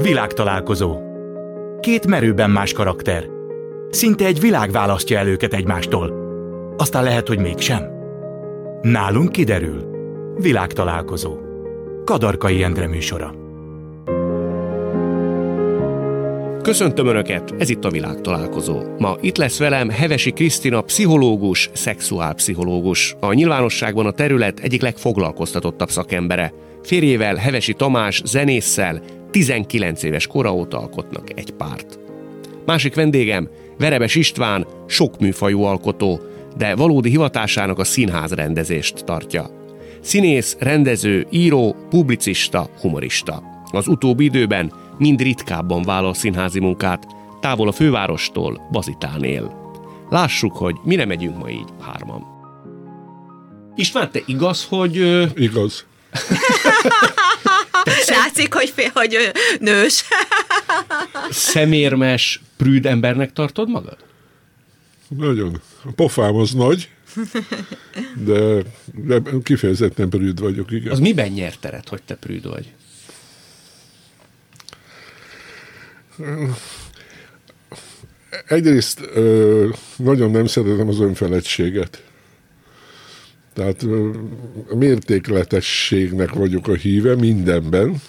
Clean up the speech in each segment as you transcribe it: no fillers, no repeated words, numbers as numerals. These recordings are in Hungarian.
Világtalálkozó. Két merőben más karakter. Szinte egy világ választja el őket egymástól. Aztán lehet, hogy mégsem. Nálunk kiderül. Világtalálkozó. Kadarkai Endre műsora. Köszöntöm Önöket, ez itt a Világtalálkozó. Ma itt lesz velem Hevesi Krisztina, pszichológus, szexuálpszichológus, a nyilvánosságban a terület egyik legfoglalkoztatottabb szakembere. Férjével, Hevesi Tamás, zenésszel 19 éves kora óta alkotnak egy párt. Másik vendégem Verebes István, sokműfajú alkotó, de valódi hivatásának a színházrendezést tartja. Színész, rendező, író, publicista, humorista. Az utóbbi időben mind ritkábban vállal színházi munkát, távol a fővárostól, Bazitán él. Lássuk, hogy mire megyünk ma így hárman. István, te igaz, hogy... Igaz. Látszik, hogy nős. Szemérmes, prűd embernek tartod magad? Nagyon. A pofám az nagy, de kifejezetten prűd vagyok, igen. Az miben nyert teret, hogy te prűd vagy? Egyrészt nagyon nem szeretem az önfeledtséget. Tehát a mértékletességnek vagyok a híve mindenben.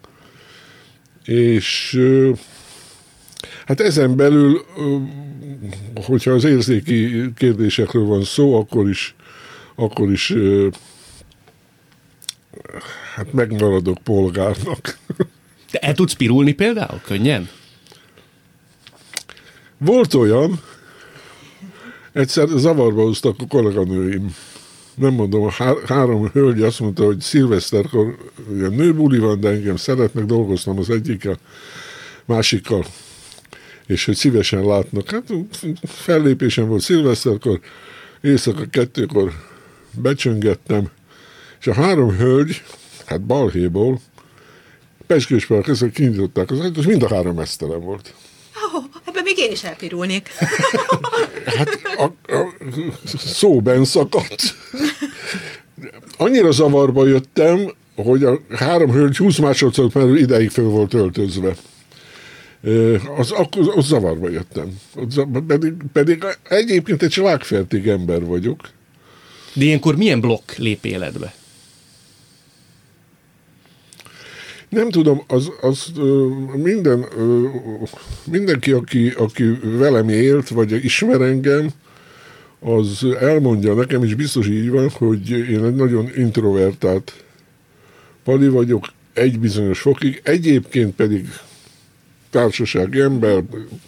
És hát ezen belül, hogyha az érzéki kérdésekről van szó, akkor is hát megmaradok polgárnak. Te el tudsz pirulni például? Könnyen? Volt olyan, egyszer zavarba hoztak a kolléganőim. Nem mondom, három hölgy azt mondta, hogy szilveszterkor ilyen nőbuli van, de engem szeretnek, dolgoztam az egyikkel, másikkal, és hogy szívesen látnak. Hát fellépésem volt szilveszterkor, éjszaka 2-kor becsöngettem, és a három hölgy, hát balhéból, pezsgőspár közben kinyitották az ajtót, és mind a három meztelen volt. Ebben még én is elpirulnék. Hát a szóben szakadt. Annyira zavarba jöttem, hogy a három hölgy 20 másodszor már ideig föl volt öltözve. Az zavarba jöttem. Pedig egyébként egy slágfertig ember vagyok. De ilyenkor milyen blokk lép életbe? Nem tudom, mindenki, aki velem élt, vagy ismer engem, az elmondja nekem, és biztos így van, hogy én egy nagyon introvertált pali vagyok egy bizonyos fokig, egyébként pedig társasági ember,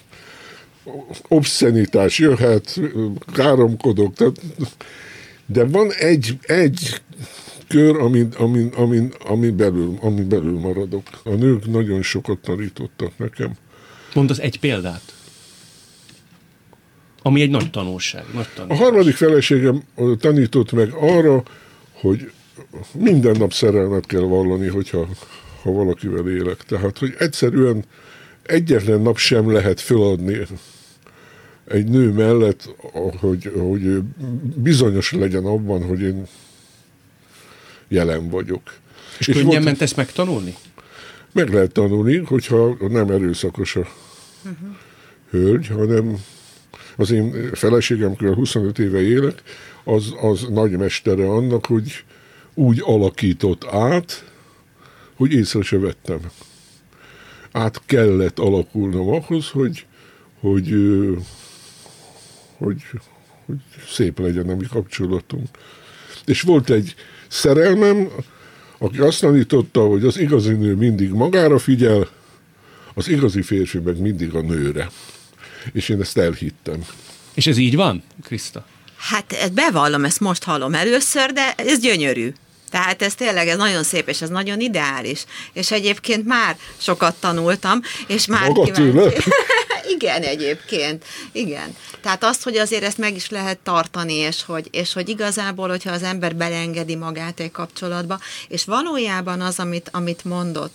obszenitás jöhet, káromkodok, de van egy kör, ami belül maradok. A nők nagyon sokat tanítottak nekem. Mondd az egy példát. Ami egy nagy tanulság. A harmadik feleségem tanított meg arra, hogy minden nap szerelmet kell vallani, ha valakivel élek. Tehát, hogy egyszerűen egyetlen nap sem lehet föladni egy nő mellett, hogy bizonyos legyen abban, hogy én jelen vagyok. És könnyen ment ezt megtanulni? Meg lehet tanulni, hogyha nem erőszakos a hölgy, hanem az én feleségemkről 25 éve élek, az nagy mestere annak, hogy úgy alakított át, hogy észre se vettem. Át kellett alakulnom ahhoz, hogy szép legyen a mi kapcsolatunk. És volt egy szerelmem, aki azt tanította, hogy az igazi nő mindig magára figyel, az igazi férfi meg mindig a nőre. És én ezt elhittem. És ez így van, Kriszta? Hát ezt bevallom, ezt most hallom először, de ez gyönyörű. Tehát ez tényleg ez nagyon szép, és ez nagyon ideális. És egyébként már sokat tanultam, és már maga tőle? Igen, egyébként. Igen. Tehát azt, hogy azért ezt meg is lehet tartani, és hogy igazából, hogyha az ember beleengedi magát egy kapcsolatba, és valójában az, amit mondott,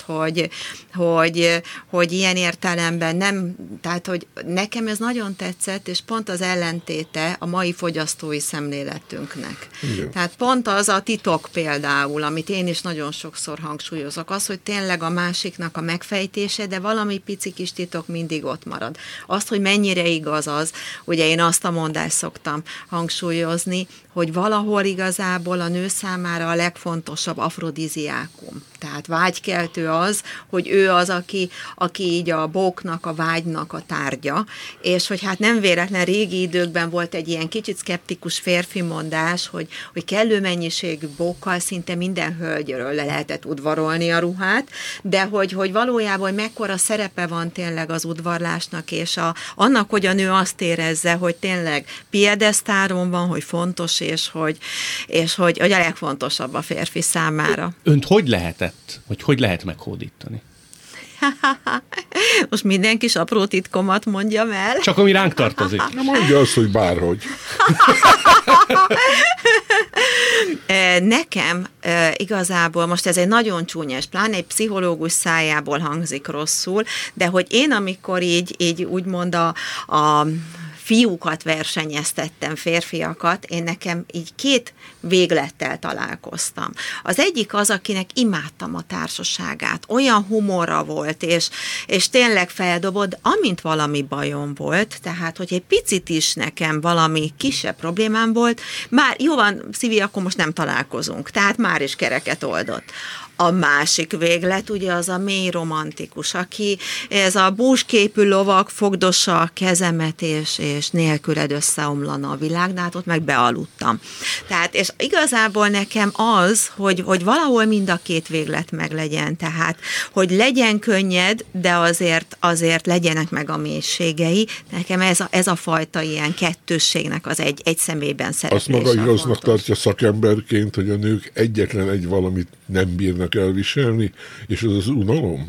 hogy ilyen értelemben nem, tehát, hogy nekem ez nagyon tetszett, és pont az ellentéte a mai fogyasztói szemléletünknek. Igen. Tehát pont az a titok például, amit én is nagyon sokszor hangsúlyozok, az, hogy tényleg a másiknak a megfejtése, de valami pici kis titok mindig ott marad. Azt, hogy mennyire igaz az, ugye én azt a mondást szoktam hangsúlyozni, hogy valahol igazából a nő számára a legfontosabb afrodiziákum. Tehát vágykeltő az, hogy ő az, aki így a bóknak, a vágynak a tárgya, és hogy hát nem véletlen régi időkben volt egy ilyen kicsit szkeptikus férfi mondás, hogy kellő mennyiségű bókkal szinte minden hölgyről le lehetett udvarolni a ruhát, de hogy valójában mekkora szerepe van tényleg az udvarlásnak, és annak, hogy a nő azt érezze, hogy tényleg piedesztáron van, hogy fontos, és hogy a legfontosabb a férfi számára. Önt hogy lehetett, vagy hogy lehet meghódítani? Most minden kis apró titkomat mondjam el. Csak ami ránk tartozik. Na mondja azt, hogy bárhogy. Nekem igazából, most ez egy nagyon csúnyás, pláne egy pszichológus szájából hangzik rosszul, de hogy én amikor így úgymond a fiúkat versenyeztettem, férfiakat, én nekem így 2 véglettel találkoztam. Az egyik az, akinek imádtam a társaságát, olyan humora volt, és tényleg feldobott, amint valami bajom volt, tehát, hogy egy picit is nekem valami kisebb problémám volt, már jó van, Szívi, akkor most nem találkozunk, tehát már is kereket oldott. A másik véglet, ugye az a mély romantikus, aki ez a búsképű lovak fogdossa a kezemet, és nélküled összeomlana a világ, de hát ott meg bealudtam. Tehát, és igazából nekem az, hogy valahol mind a 2 véglet meglegyen, tehát, hogy legyen könnyed, de azért legyenek meg a mélységei. Nekem ez a fajta ilyen kettősségnek az egy személyben szereplése. Azt maga igaznak tartja szakemberként, hogy a nők egyetlen egy valamit nem bírnak elviselni, és az unalom?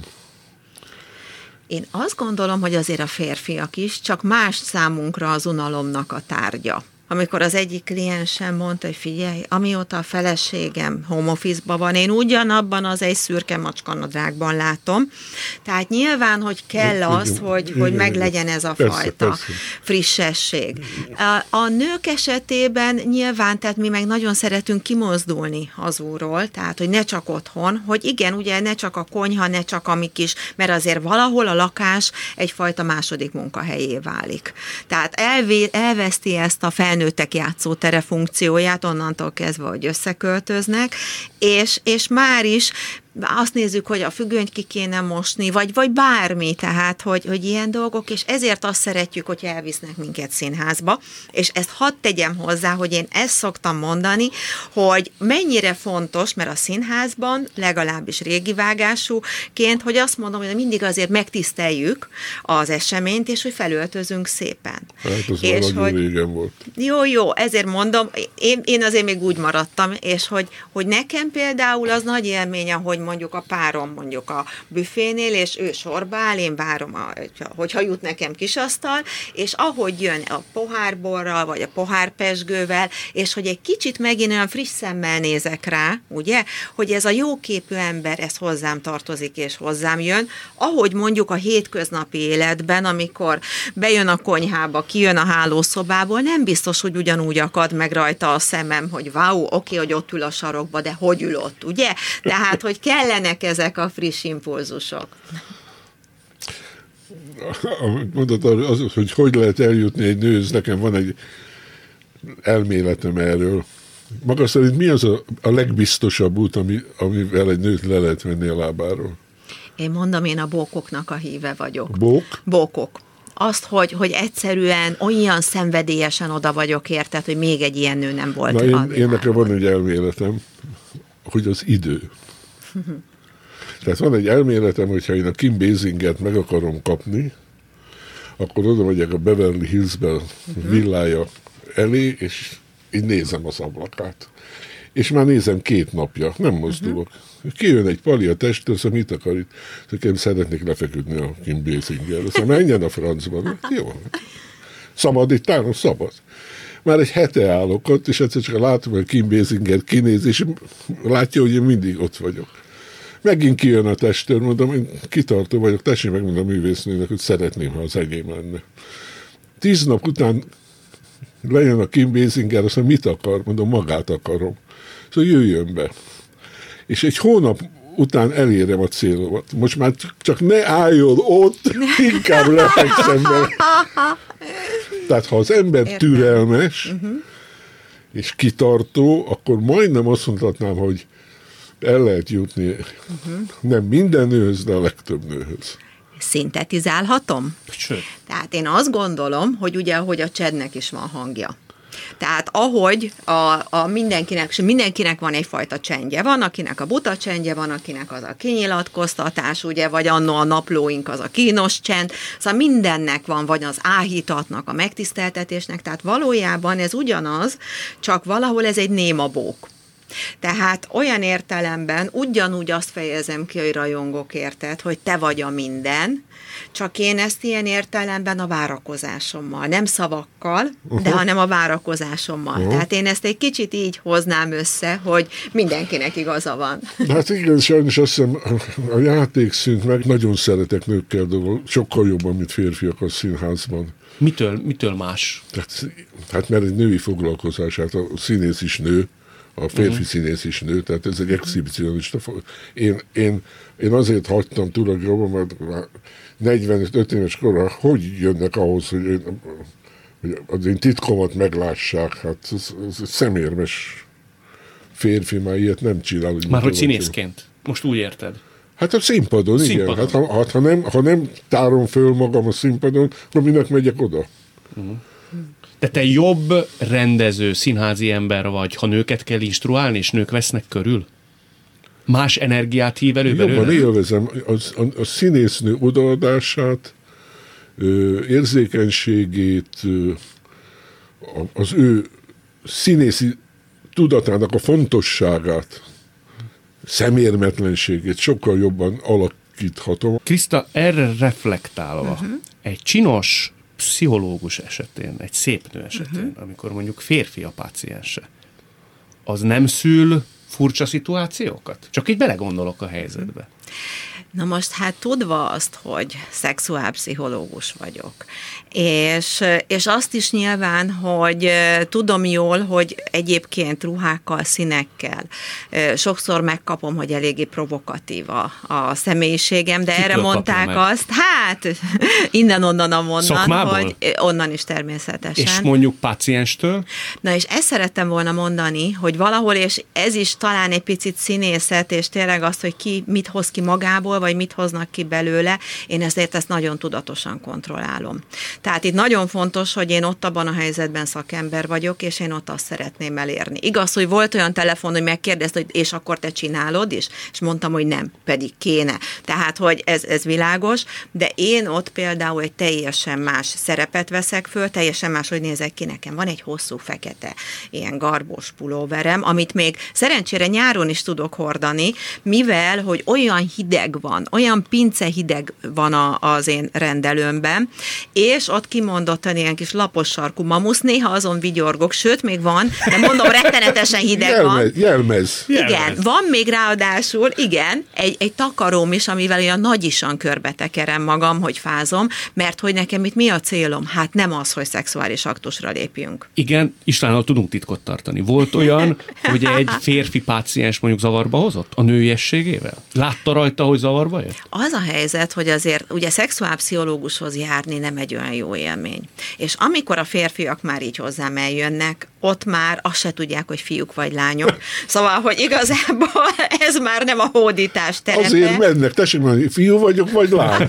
Én azt gondolom, hogy azért a férfiak is, csak más számunkra az unalomnak a tárgya. Amikor az egyik kliensem mondta, hogy figyelj, amióta a feleségem home office-ban van, én ugyanabban az egy szürke macskanadrágban látom. Tehát nyilván, hogy kell az, hogy meglegyen ez a fajta frissesség. A nők esetében nyilván, tehát mi meg nagyon szeretünk kimozdulni hazulról, tehát, hogy ne csak otthon, hogy igen, ugye ne csak a konyha, ne csak a mi kis, mert azért valahol a lakás egyfajta második munkahelyé válik. Tehát elveszti ezt a felnőttek játszótere funkcióját, onnantól kezdve, hogy összeköltöznek, és már is azt nézzük, hogy a függönyt ki kéne mosni, vagy bármi, tehát, hogy ilyen dolgok, és ezért azt szeretjük, hogy elvisznek minket színházba, és ezt hadd tegyem hozzá, hogy én ezt szoktam mondani, hogy mennyire fontos, mert a színházban, legalábbis régi vágásúként, hogy azt mondom, hogy mindig azért megtiszteljük az eseményt, és hogy felöltözünk szépen. Hát az és már nagyon régen volt. Jó, ezért mondom, én azért még úgy maradtam, és hogy nekem például az nagy élmény, hogy mondjuk a párom mondjuk a büfénél, és ő sorba áll, én várom, hogyha jut nekem kisasztal, és ahogy jön a pohárborral, vagy a pohárpezsgővel, és hogy egy kicsit megint olyan friss szemmel nézek rá, ugye, hogy ez a jóképű ember, ez hozzám tartozik, és hozzám jön, ahogy mondjuk a hétköznapi életben, amikor bejön a konyhába, kijön a hálószobából, nem biztos, hogy ugyanúgy akad meg rajta a szemem, hogy wow, oké, hogy ott ül a sarokba, de hogy ül ott, ugye? Tehát, hogy kellenek ezek a friss impulzusok. Mondod, az, hogy lehet eljutni egy nőhöz, nekem van egy elméletem erről. Maga szerint mi az a legbiztosabb út, amivel egy nőt le lehet venni a lábáról? Én mondom, én a bókoknak a híve vagyok. Bók? Bókok. Azt, hogy egyszerűen olyan szenvedélyesen oda vagyok érted, hogy még egy ilyen nő nem volt. Na, én nekem van egy elméletem, hogy az idő. Tehát van egy elméletem, hogyha én a Kim Basinget meg akarom kapni, akkor oda megyek a Beverly Hills-ben villája elé, és így nézem az ablakát. és már nézem 2 napja, nem mozdulok. Kijön egy pali a testtől, szóval mit akar itt? Szóval szeretnék lefeküdni a Kim Basingerre. Szóval menjen a francba. Jó. Szabad itt állom? Szabad. Már egy hete állok ott, és egyszer csak látom, hogy Kim Basinger kinéz, és látja, hogy én mindig ott vagyok. Megint kijön a testtől, mondom, én kitartó vagyok, tessék megmondom a művésznőnek, hogy szeretném, ha az enyém lenne. 10 nap után lejön a Kim Basinger, azt mondja, mit akar? Mondom, magát akarom. Szóval jöjjön be. És egy hónap után elérem a célomat. Most már csak ne álljon ott, inkább lefekszem vele. Tehát ha az ember türelmes és kitartó, akkor majdnem azt mondhatnám, hogy el lehet jutni nem minden nőhöz, de a legtöbb nőhöz. Szintetizálhatom? Sőt. Tehát én azt gondolom, hogy ugye, ahogy a Chadnek is van hangja. Tehát ahogy mindenkinek van egyfajta csendje. Van, akinek a buta csendje, van, akinek az a kinyilatkoztatás, ugye, vagy annó a naplóink az a kínos csend. Szóval mindennek van, vagy az áhítatnak, a megtiszteltetésnek. Tehát valójában ez ugyanaz, csak valahol ez egy némabók. Tehát olyan értelemben ugyanúgy azt fejezem ki, hogy rajongok érted, hogy te vagy a minden, csak én ezt ilyen értelemben a várakozásommal, nem szavakkal, de hanem a várakozásommal. Tehát én ezt egy kicsit így hoznám össze, hogy mindenkinek igaza van. Hát igen, sajnos azt hiszem, a játékszűnt meg nagyon szeretek nőkkel dolgozni, sokkal jobban, mint férfiak a színházban. Mitől más? Hát mert egy női foglalkozás, hát a színész is nő, a férfi színész is nő, tehát ez egy exhibicionista. Én azért hagytam tulajdonképpen, mert 45 éves korra hogy jönnek ahhoz, hogy az én titkomat meglássák, hát ez szemérmes férfi már ilyet nem csinál. Már hogy színészként? Most úgy érted? Hát a színpadon, igen. Hát, ha nem tárom föl magam a színpadon, akkor minek megyek oda? De te jobb rendező, színházi ember vagy, ha nőket kell instruálni, és nők vesznek körül? Más energiát hív elő belőle? Jobban élvezem a színésznő odaadását, érzékenységét, az ő színészi tudatának a fontosságát, szemérmetlenségét sokkal jobban alakíthatom. Kriszta, erre reflektálva, egy csinos pszichológus esetén, egy szép nő esetén, amikor mondjuk férfi a páciense, az nem szül furcsa szituációkat? Csak így belegondolok a helyzetbe. Na most hát tudva azt, hogy szexuálpszichológus vagyok, és azt is nyilván, hogy tudom jól, hogy egyébként ruhákkal, színekkel sokszor megkapom, hogy eléggé provokatív a személyiségem, de Kitől erre mondták azt, hát innen-onnan Szakmából? hogy onnan is természetesen. És mondjuk pácienstől? Na és ezt szerettem volna mondani, hogy valahol, és ez is talán egy picit színészet, és tényleg azt, hogy ki mit hoz ki magából, vagy mit hoznak ki belőle, én ezért ezt nagyon tudatosan kontrollálom. Tehát itt nagyon fontos, hogy én ott abban a helyzetben szakember vagyok, és én ott azt szeretném elérni. Igaz, hogy volt olyan telefon, hogy megkérdezte, hogy és akkor te csinálod is? És mondtam, hogy nem, pedig kéne. Tehát, hogy ez világos, de én ott például egy teljesen más szerepet veszek föl, teljesen más, hogy nézek ki nekem. Van egy hosszú fekete, ilyen garbós pulóverem, amit még szerencsére nyáron is tudok hordani, mivel, hogy olyan hideg van, olyan pince hideg van az én rendelőmben, és ott kimondottan ilyen kis lapos sarkú mamusz, néha azon vigyorgok, sőt, még van, de mondom, rettenetesen hideg van. Jelmez. Igen, van még ráadásul, igen, egy takaróm is, amivel olyan nagyisan körbetekerem magam, hogy fázom, mert hogy nekem itt mi a célom? Hát nem az, hogy szexuális aktusra lépjünk. Igen, Istvánnal tudunk titkot tartani. Volt olyan, hogy egy férfi páciens mondjuk zavarba hozott a nőiességével? Látta rajta, hogy zavarba jött? Az a helyzet, hogy azért ugye szexuálpszichológushoz járni nem egy olyan jó élmény. És amikor a férfiak már így hozzám eljönnek, ott már azt se tudják, hogy fiúk vagy lányok. Szóval, hogy igazából ez már nem a hódítás terepe. Azért mennek, tessék mondani, fiú vagyok, vagy lány.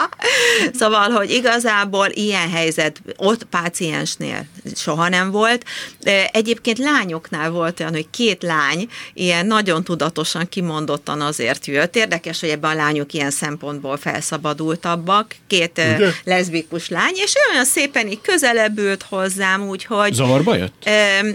Szóval, hogy igazából ilyen helyzet ott páciensnél soha nem volt. Egyébként lányoknál volt olyan, hogy 2 lány ilyen nagyon tudatosan kimondottan azért jött. Érdekes, hogy ebben a lányok ilyen szempontból felszabadultabbak. 2 leszbikus lány, és olyan szépen így közelebb ült hozzám, úgyhogy... Zavarba jött?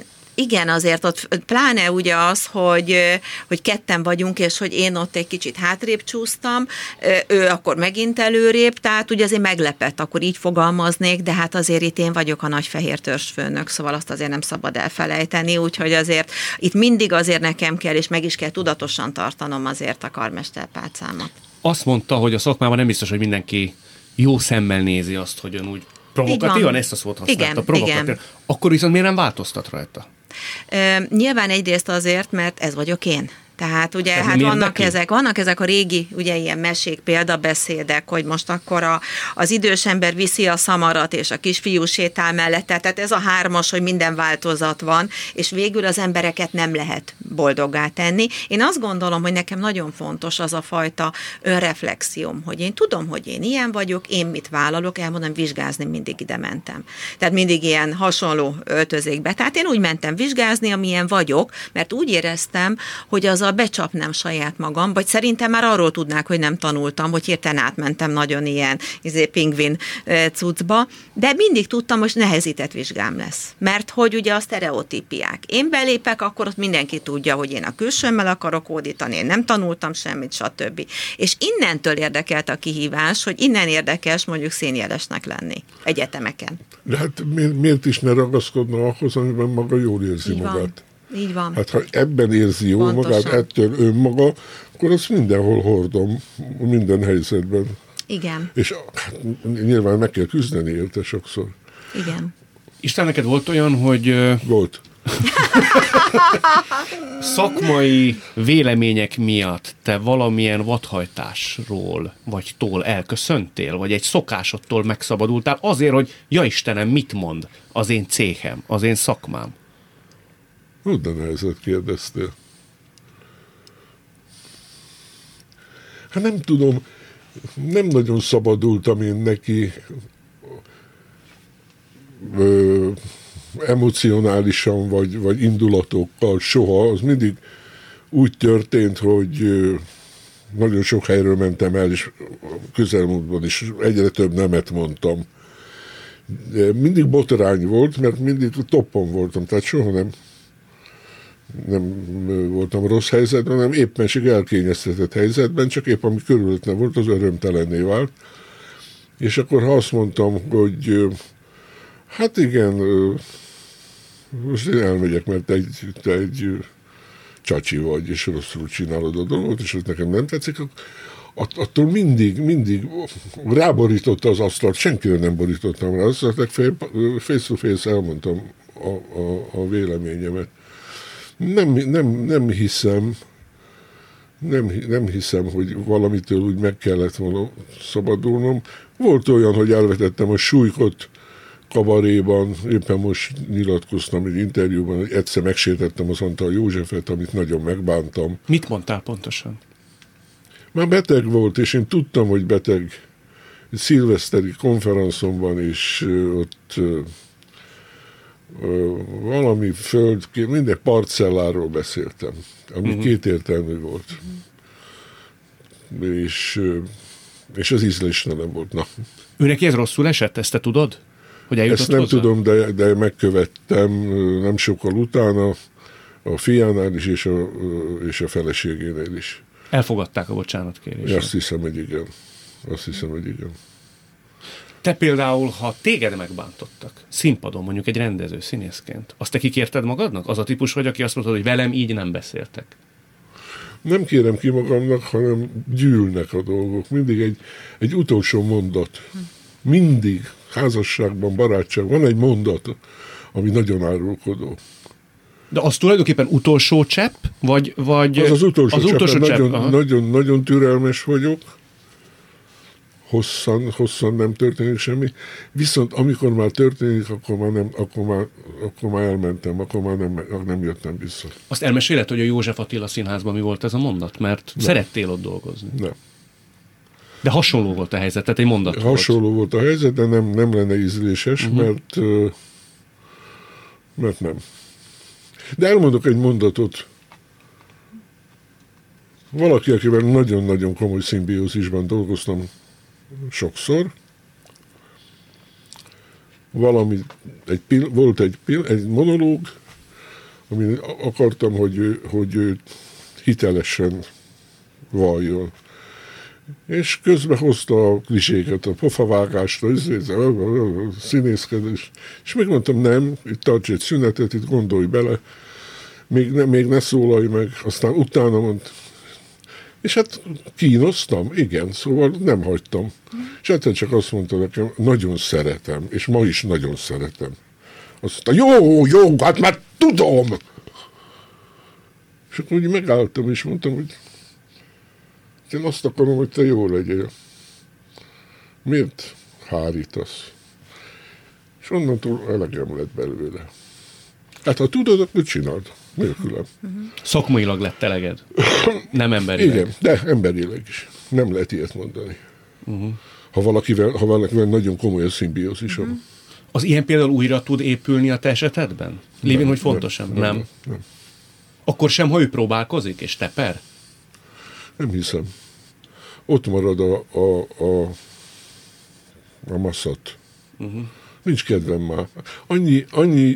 Igen, azért ott pláne ugye az, hogy ketten vagyunk, és hogy én ott egy kicsit hátrébb csúsztam, ő akkor megint előrébb, tehát ugye azért meglepett, akkor így fogalmaznék, de hát azért itt én vagyok a nagy fehér törzsfőnök, szóval azt azért nem szabad elfelejteni, úgyhogy azért itt mindig azért nekem kell, és meg is kell tudatosan tartanom azért a karmesterpálcámat. Azt mondta, hogy a szakmában nem biztos, hogy mindenki jó szemmel nézi azt, hogy ön úgy provokatívan, ezt a szót használta, provokatívan. Igen. Akkor viszont miért nem változtat rajta? Nyilván egyrészt azért, mert ez vagyok én. Tehát ugye hát vannak ezek a régi, ugye ilyen mesék, példabeszédek, hogy most akkor az idős ember viszi a szamarat, és a kisfiú sétál mellette, tehát ez a hármas, hogy minden változat van, és végül az embereket nem lehet boldoggá tenni. Én azt gondolom, hogy nekem nagyon fontos az a fajta önreflexióm, hogy én tudom, hogy én ilyen vagyok, én mit vállalok, elmondom, vizsgázni mindig ide mentem. Tehát mindig ilyen hasonló öltözékbe. Tehát én úgy mentem vizsgázni, amilyen vagyok, mert úgy éreztem, hogy azzal becsapnám saját magam, vagy szerintem már arról tudnák, hogy nem tanultam, hogy hirtelen átmentem nagyon ilyen pingvin cuccba, de mindig tudtam, hogy nehezített vizsgám lesz. Mert hogy ugye a sztereotípiák. Én belépek, akkor ott mindenki tudja, hogy én a külsőmmel akarok hódítani, én nem tanultam semmit, stb. És innentől érdekelt a kihívás, hogy innen érdekes mondjuk színjelesnek lenni egyetemeken. De hát miért is ne ragaszkodna ahhoz, amiben maga jól érzi magát? Így van. Hát ha ebben érzi jól magát, ettől önmaga, akkor azt mindenhol hordom, minden helyzetben. Igen. És hát, nyilván meg kell küzdeni érte sokszor. Igen. Isten, neked volt olyan, hogy... Volt. Szakmai vélemények miatt te valamilyen vadhajtásról vagy tól elköszöntél, vagy egy szokásodtól megszabadultál azért, hogy ja Istenem, mit mond az én céhem, az én szakmám? De nehezet kérdeztél. Hát nem tudom, nem nagyon szabadultam én neki emocionálisan, vagy indulatokkal soha. Az mindig úgy történt, hogy nagyon sok helyről mentem el, és közelmúltban is egyre több nemet mondtam. De mindig botrány volt, mert mindig toppon voltam, tehát soha nem voltam rossz helyzetben, hanem éppenség elkényeztetett helyzetben, csak épp ami körülöttem volt, az örömtelenné vált. És akkor ha azt mondtam, hogy hát igen, most én elmegyek, mert te egy csacsi vagy, és rosszul csinálod a dolgot, és ez nekem nem tetszik, attól mindig ráborította az asztalt, senkire nem borítottam rá az asztalt, face to face elmondtam a véleményemet. Nem hiszem, hogy valamitől úgy meg kellett volna szabadulnom. Volt olyan, hogy elvetettem a Súlykot kabaréban, éppen most nyilatkoztam egy interjúban, hogy egyszer megsértettem az Antal Józsefet, amit nagyon megbántam. Mit mondtál pontosan? Már beteg volt, és én tudtam, hogy beteg. Egy szilveszteri konferenciomban, és ott valami föld, minden parcelláról beszéltem, ami kétértelmű volt. És az ízléstelen volt. Na. Őneki ez rosszul esett? Ezt te tudod? Hogy ezt nem hozzá? Tudom, de megkövettem nem sokkal utána a fiánál is, és a feleségénél is. Elfogadták a bocsánatkérést? Azt hiszem, hogy igen. Te például, ha téged megbántottak, színpadon mondjuk egy rendező színészként, azt te kikérted magadnak? Az a típus vagy, aki azt mondta, hogy velem így nem beszéltek? Nem kérem ki magamnak, hanem gyűlnek a dolgok. Mindig egy utolsó mondat. Mindig házasságban, barátságban van egy mondat, ami nagyon árulkodó. De az tulajdonképpen utolsó csepp? Vagy az utolsó csepp. Nagyon türelmes vagyok. Hosszan nem történik semmi. Viszont amikor már történik, akkor már elmentem, akkor már nem jöttem vissza. Azt elmeséled, hogy a József Attila Színházban mi volt ez a mondat? Mert szerettél ott dolgozni. Nem. De hasonló volt a helyzet, tehát egy mondat hasonló volt a helyzet, de nem lenne ízléses, mert nem. De elmondok egy mondatot. Valaki, akivel nagyon-nagyon komoly szimbiózisban dolgoztam sokszor, volt egy monológ, Amin akartam, hogy ő hitelesen valljon. És közben hozta a kliséket, a pofavágásra, a színészkedés. És megmondtam, nem, itt tarts egy szünetet, itt gondolj bele, még ne szólalj meg, aztán utána mondta. És hát kínoztam, igen, szóval nem hagytam. És egyszer csak azt mondta nekem, nagyon szeretem, és ma is nagyon szeretem. Azt mondta, jó, hát már tudom! És akkor úgy megálltam, és mondtam, hogy én azt akarom, hogy te jó legyél. Miért hárítasz? És onnantól elegem lett belőle. Hát ha tudod, akkor csináld. Nélkülem. Szakmailag lett eleged. Nem emberileg. Igen, de emberileg is. Nem lehet ilyet mondani. Ha valakivel nagyon komoly a szimbiózisom. Az ilyen például újra tud épülni a te esetedben? Lévén, hogy fontos sem? Nem. Akkor sem, ha ő próbálkozik és teper? Nem hiszem. Ott marad a masszat. Nincs kedvem már. Annyi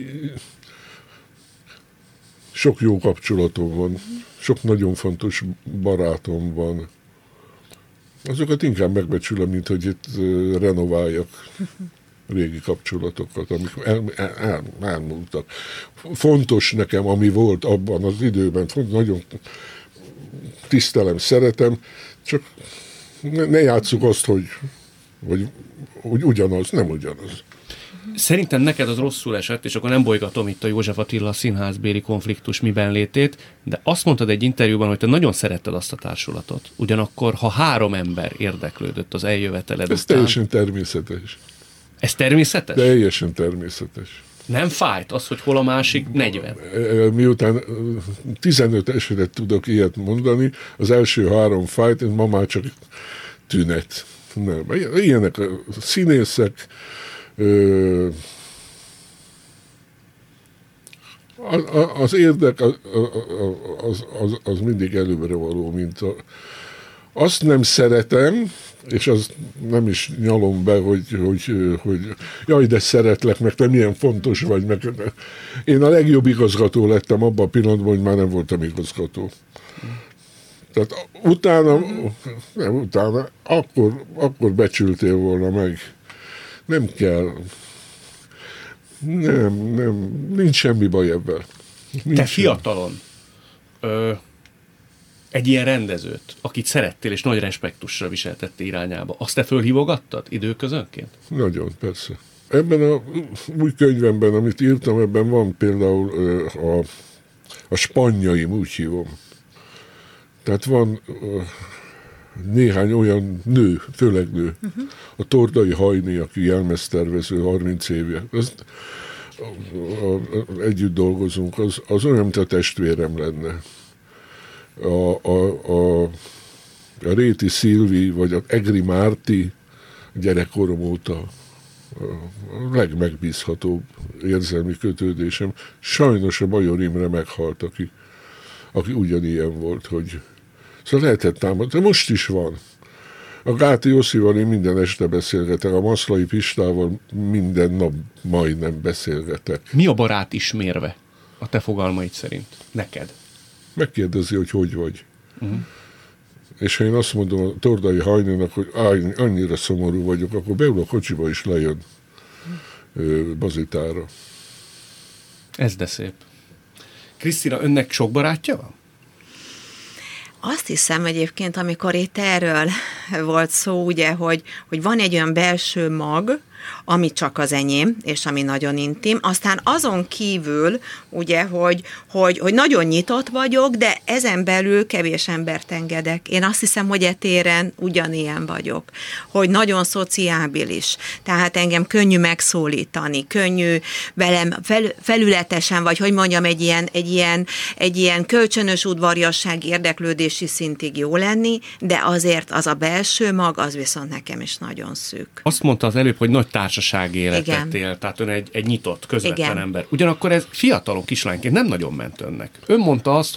sok jó kapcsolatom van, sok nagyon fontos barátom van. Azokat inkább megbecsülöm, mint hogy itt renováljak régi kapcsolatokat, amik elmúltak. Fontos nekem, ami volt abban az időben, nagyon tisztelem, szeretem, csak ne játsszuk azt, hogy ugyanaz, nem ugyanaz. Szerintem neked az rosszul esett, és akkor nem bolygatom itt a József Attila színházbéli konfliktus miben létét, de azt mondtad egy interjúban, hogy te nagyon szeretted azt a társulatot. Ugyanakkor, ha 3 ember érdeklődött az eljöveteled Ez után... teljesen természetes. Ez természetes? Teljesen természetes. Nem fájt az, hogy hol a másik 40? Miután 15 esetet tudok ilyet mondani, az első 3 fájt, ma már csak tünet. Nem. Ilyenek a színészek, az érdek az mindig előbbre való, mint azt nem szeretem, és azt nem is nyalom be, hogy jaj, de szeretlek, meg te milyen fontos vagy. Meg. Én a legjobb igazgató lettem abban a pillanatban, hogy már nem voltam igazgató. Tehát utána akkor becsültél volna meg. Nem kell. Nem, nincs semmi baj ebben. Te fiatalon egy ilyen rendezőt, akit szerettél és nagy respektusra viseltettél irányába, azt te fölhívogattad időközönként? Nagyon, persze. Ebben a új könyvemben, amit írtam, ebben van például a spanyaim, úgy hívom. Tehát van néhány olyan nő, főleg nő, a Tordai Hajni, aki jelmeztervező 30 éve, együtt dolgozunk, az olyan, mint a testvérem lenne. A Réti Szilvi, vagy a Egri Márti gyerekkorom óta a legmegbízhatóbb érzelmi kötődésem. Sajnos a Bajor Imre meghalt, aki ugyanilyen volt, hogy szóval lehetett támadni, de most is van. A Gáti Joszival én minden este beszélgetek, a Maszlai Pistával minden nap majdnem beszélgetek. Mi a barát ismérve a te fogalmaid szerint? Neked? Megkérdezi, hogy vagy. És ha én azt mondom a Tordai Hajninak, hogy annyira szomorú vagyok, akkor beül a kocsiba is lejön Bazitára. Ez de szép. Krisztina, önnek sok barátja van? Azt hiszem egyébként, amikor itt erről volt szó, ugye, hogy van egy olyan belső mag, ami csak az enyém, és ami nagyon intim. Aztán azon kívül, ugye, hogy nagyon nyitott vagyok, de ezen belül kevés embert engedek. Én azt hiszem, hogy téren ugyanilyen vagyok, hogy nagyon szociábilis. Tehát engem könnyű megszólítani, könnyű velem felületesen, vagy hogy mondjam, egy ilyen kölcsönös udvariasság, érdeklődési szintig jó lenni, de azért az a belső mag, az viszont nekem is nagyon szűk. Azt mondta az előbb, hogy nagy társasági életet él, tehát ön egy nyitott, közvetlen ember. Ugyanakkor ez fiatalon kislányként nem nagyon ment önnek. Ön mondta azt, hogy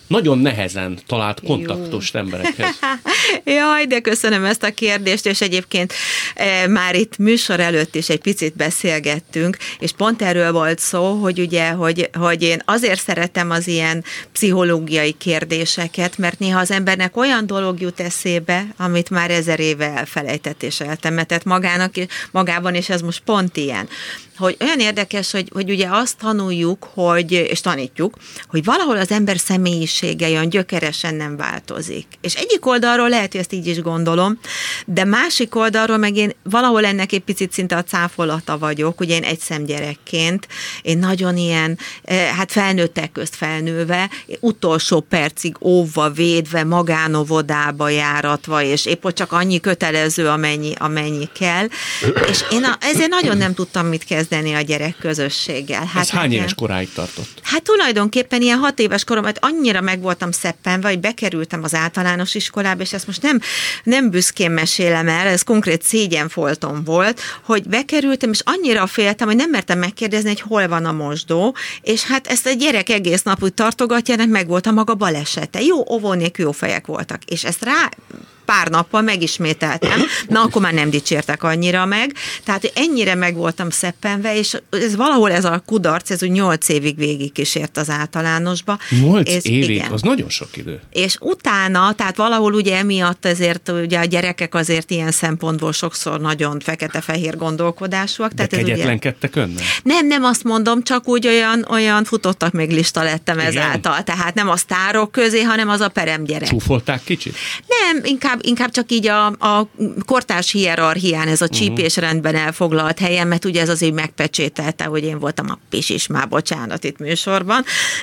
nagyon nehezen talált kontaktust emberekhez. Jaj, de köszönöm ezt a kérdést, és egyébként már itt műsor előtt is egy picit beszélgettünk, és pont erről volt szó, hogy ugye, hogy én azért szeretem az ilyen pszichológiai kérdéseket, mert néha az embernek olyan dolog jut eszébe, amit már 1000 éve elfelejtett és eltemetett magában, és ez most pont ilyen. Hogy olyan érdekes, hogy ugye azt tanuljuk, és tanítjuk, hogy valahol az ember személyisége olyan gyökeresen nem változik. És egyik oldalról lehet, hogy ezt így is gondolom, de másik oldalról meg én valahol ennek egy picit szinte a cáfolata vagyok, ugye én egyszemgyerekként, én nagyon ilyen, hát felnőttek közt felnőve, utolsó percig óvva, védve, magánovodába járatva, és épp ott csak annyi kötelező, amennyi kell. És én ezért nagyon nem tudtam mit kezdeni a gyerekközösséggel. Hát ez hány éves koráig tartott? Hát tulajdonképpen ilyen 6 éves korom, hát annyira meg voltam szeppenve, hogy bekerültem az általános iskolába, és ezt most nem büszkén mesélem el, ez konkrét szégyenfoltom volt, hogy bekerültem, és annyira féltem, hogy nem mertem megkérdezni, hogy hol van a mosdó, és hát ezt a gyerek egész nap úgy tartogatja, ennek meg volt a maga balesete. Jó, óvónék, jó fejek voltak, és ezt pár nappal megismételtem, na akkor már nem dicsértek annyira meg, tehát ennyire meg voltam szeppenve, és valahol ez a kudarc, ez úgy 8 évig végig kísért az általánosba. 8 évig? Igen. Az nagyon sok idő. És utána, tehát valahol ugye emiatt ezért ugye a gyerekek azért ilyen szempontból sokszor nagyon fekete-fehér gondolkodásúak. De kegyetlenkedtek önnel? Nem azt mondom, csak úgy olyan futottak még lista lettem ezáltal. Tehát nem a sztárok közé, hanem az a peremgyerek. Csúfolták kicsit? Nem, inkább csak így a kortárs hierarchián ez a csípésrendben elfoglalt helyem, mert ugye ez azért megpecsételte, hogy én voltam a pisis, már bocsánat itt műsorban.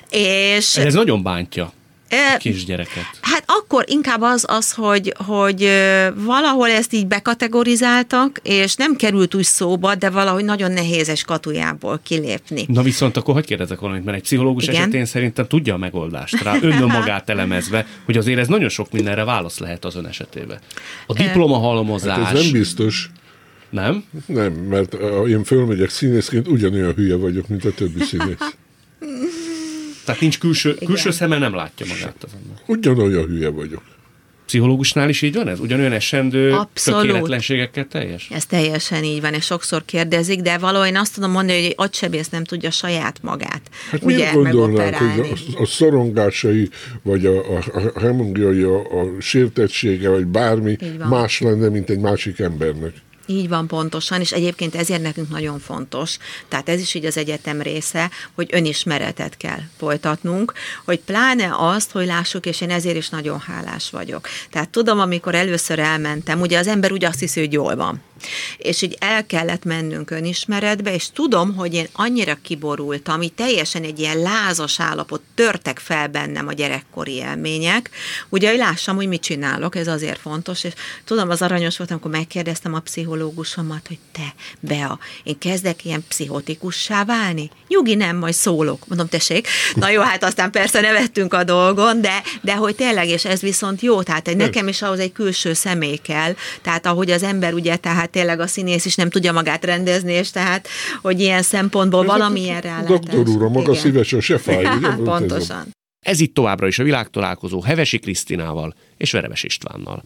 És ez nagyon bántja kisgyereket. Hát akkor inkább az hogy valahol ezt így bekategorizáltak, és nem került úgy szóba, de valahogy nagyon nehéz egy skatujából kilépni. Na viszont akkor hogy kérdezek valamit, mert egy pszichológus esetén szerintem tudja a megoldást rá, önmagát elemezve, hogy azért ez nagyon sok mindenre válasz lehet az ön esetében. A diplomahalmozás... Hát ez nem biztos. Nem? Nem, mert én fölmegyek színészként, ugyanolyan hülye vagyok, mint a többi színész. Tehát nincs külső szemmel nem látja magát az ember. Ugyanolyan hülye vagyok. Pszichológusnál is így van ez? Ugyanolyan esendő, abszolút. Tökéletlenségekkel teljes? Ez teljesen így van, és sokszor kérdezik, de valójában én azt tudom mondani, hogy egy agysebész nem tudja saját magát. Hát miért gondolnánk, hogy a szorongásai, vagy a hemungjai, a sértettsége, vagy bármi más lenne, mint egy másik embernek? Így van pontosan, és egyébként ezért nekünk nagyon fontos, tehát ez is így az egyetem része, hogy önismeretet kell folytatnunk, hogy pláne azt, hogy lássuk, és én ezért is nagyon hálás vagyok. Tehát tudom, amikor először elmentem, ugye az ember úgy azt hiszi, hogy jól van. És így el kellett mennünk önismeretbe, és tudom, hogy én annyira kiborultam, így teljesen egy ilyen lázas állapot, törtek fel bennem a gyerekkori élmények, ugye, hogy lássam, hogy mit csinálok, ez azért fontos, és tudom, az aranyos volt, amikor megkérdeztem a pszichológusomat, hogy te, Bea, én kezdek ilyen pszichotikussá válni? Nyugi, nem, majd szólok. Mondom, tessék. Na jó, hát aztán persze nevettünk a dolgon, de hogy tényleg, és ez viszont jó, tehát nekem is ahhoz egy külső személy kell, tehát ahogy az ember ugye, tehát tényleg a színész is nem tudja magát rendezni, és tehát, hogy ilyen szempontból valamilyen rálátás. Doktor úr, maga szívesen se fáj. Pontosan. Ez itt továbbra is a Világtalálkozó Hevesi Krisztinával és Verebes Istvánnal.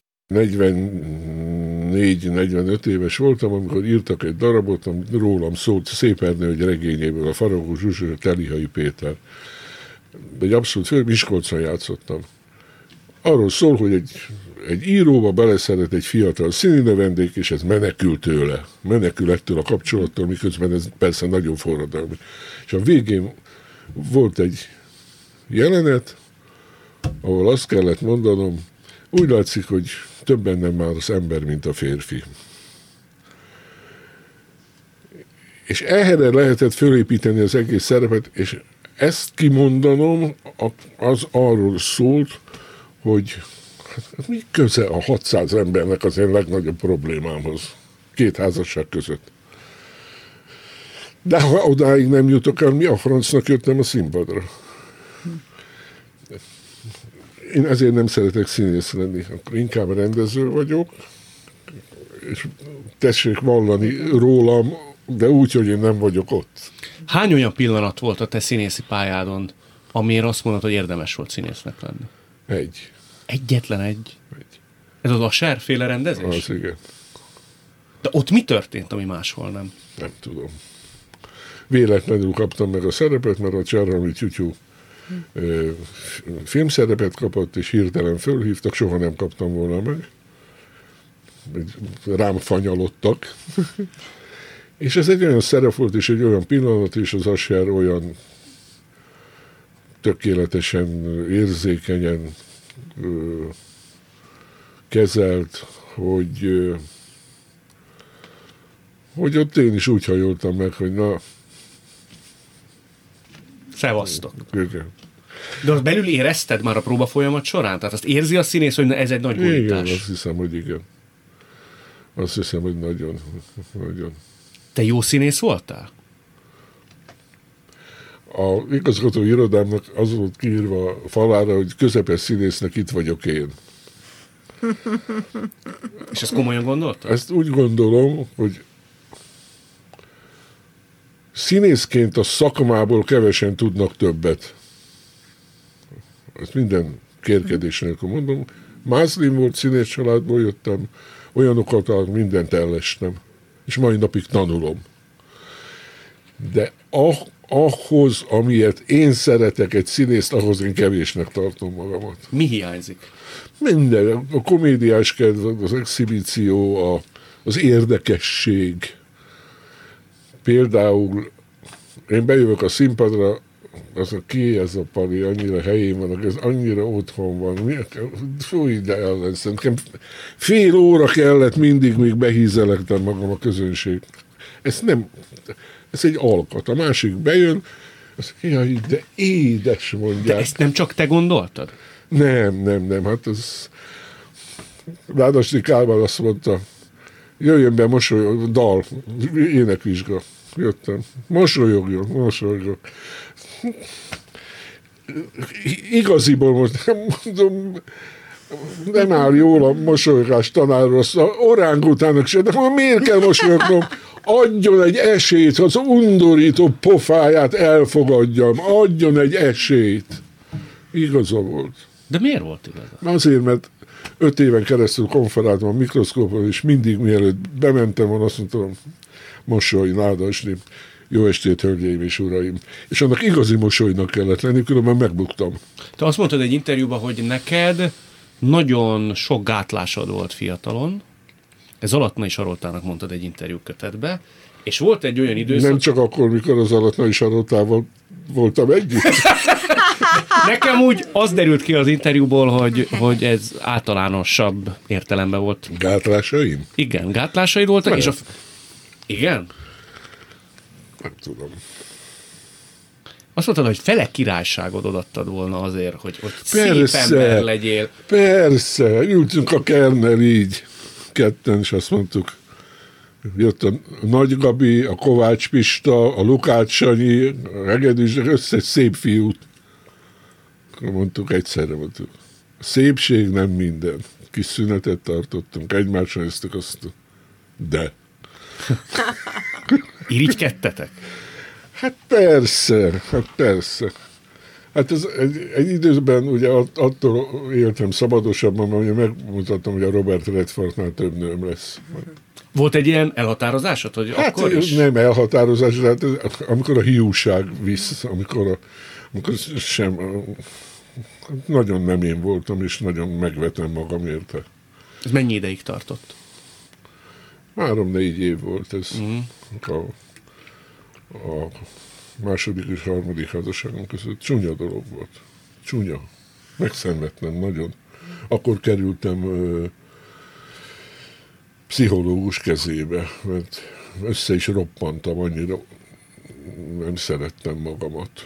44-45 éves voltam, amikor írtak egy darabot, amit rólam szólt Szépernő egy regényéből, a Faragó Zsuzsa, Telihai Péter. Egy abszolút film, Miskolcon játszottam. Arról szól, hogy egy íróba beleszeret egy fiatal színinövendék, és ez menekül tőle. Menekül ettől a kapcsolattól, miközben ez persze nagyon forradalmi. És a végén volt egy jelenet, ahol azt kellett mondanom, úgy látszik, hogy több bennem már az ember, mint a férfi. És erre lehetett fölépíteni az egész szerepet, és ezt kimondanom, az arról szólt, hogy hát mi köze a 600 embernek az én legnagyobb problémámhoz. 2 házasság között. De ha odáig nem jutok el, mi a francnak jöttem a színpadra? Én ezért nem szeretek színész lenni. Akkor inkább rendező vagyok, és tessék vallani rólam, de úgy, hogy én nem vagyok ott. Hány olyan pillanat volt a te színészi pályádon, amiért azt mondod, hogy érdemes volt színésznek lenni? Egy. Egyetlen egy? Ez az Asher-féle rendezés? Az igen. De ott mi történt, ami máshol nem? Nem tudom. Véletlenül kaptam meg a szerepet, mert a Csárhalmi Tyutyú filmszerepet kapott, és hirtelen fölhívtak, soha nem kaptam volna meg. Rám fanyalodtak. És ez egy olyan szerep volt, és egy olyan pillanat, és az Asher olyan tökéletesen, érzékenyen kezelt, hogy ott én is úgy hajoltam meg, hogy na... Szevasztok. Igen. De azt belül érezted már a próba folyamat során? Tehát azt érzi a színész, hogy ez egy nagy gurítás? Igen, azt hiszem, hogy igen. Azt hiszem, hogy nagyon. Te jó színész voltál? A igazgató irodámnak az volt kiírva a falára, hogy közepes színésznek itt vagyok én. És ezt komolyan gondoltad? Ezt úgy gondolom, hogy színészként a szakmából kevesen tudnak többet. Ezt minden kérkedés nélkül mondom. Mászlin volt, színész családból jöttem, olyanokat, mindent ellestem. És mai napig tanulom. De ahhoz, amilyet én szeretek egy színészt, ahhoz én kevésnek tartom magamat. Mi hiányzik? Minden. A komédiás kedv, az exhibíció, az érdekesség. Például én bejövök a színpadra, ki ez a pali, annyira helyén van, ez annyira otthon van. Fúj, de ellenszen. Fél óra kellett mindig, még behízelektem magam a közönség. Ez egy alkat. A másik bejön, azt jaj, de édes, mondják. De ezt nem csak te gondoltad? Nem. Hát ez... Vádasdi Kálmán azt mondta, jöjjön be, mosolyog, dal, énekvizsga. Jöttem. Mosolyogjon. Igaziból most nem mondom, nem áll jól a mosolygás tanárról, azt a orángutának se, de miért kell mosolyognom? Adjon egy esélyt, az undorító pofáját elfogadjam. Adjon egy esélyt. Igaza volt. De miért volt igaza? Azért, mert 5 éven keresztül konferáltam a mikroszkópon, és mindig mielőtt bementem volna, azt mondtam, mosoly, Nádasdi, jó estét, hölgyeim és uraim. És annak igazi mosolynak kellett lenni, különben megbuktam. Te azt mondtad egy interjúban, hogy neked nagyon sok gátlásod volt fiatalon. Ez Alatnai Saroltának mondtad egy interjúkötetbe, és volt egy olyan időszak... Nem csak akkor, mikor az Alatnai Saroltával voltam együtt. Nekem úgy az derült ki az interjúból, hogy ez általánosabb értelemben volt. Gátlásaim? Igen, gátlásaid voltak, és igen? Nem tudom. Azt mondtad, hogy fele királyságod odaadtad volna azért, hogy szép ember legyél. Persze, ültünk a Kernel így, ketten, és azt mondtuk, jött a Nagy Gabi, a Kovács Pista, a Lukács Sanyi, a Hegedűs, összes szép fiút. Akkor mondtuk, egyszerre mondtuk. A szépség nem minden. Kis szünetet tartottunk, egymásra néztük azt, de. Irigykedtetek? Hát persze. Hát ez egy időben ugye attól éltem szabadosabban, hogy megmutattam, hogy a Robert Redfordnál több nőm lesz. Volt egy ilyen elhatározásod, hogy hát akkor is? Nem elhatározás, de hát amikor a hiúság visz, amikor sem... Nagyon nem én voltam, és nagyon megvetem magam érte. Ez mennyi ideig tartott? 3-4 év volt ez. A második és harmadik házasságom között. Csúnya dolog volt. Csúnya. Megszenvedtem nagyon. Akkor kerültem pszichológus kezébe, mert össze is roppantam, annyira nem szerettem magamat.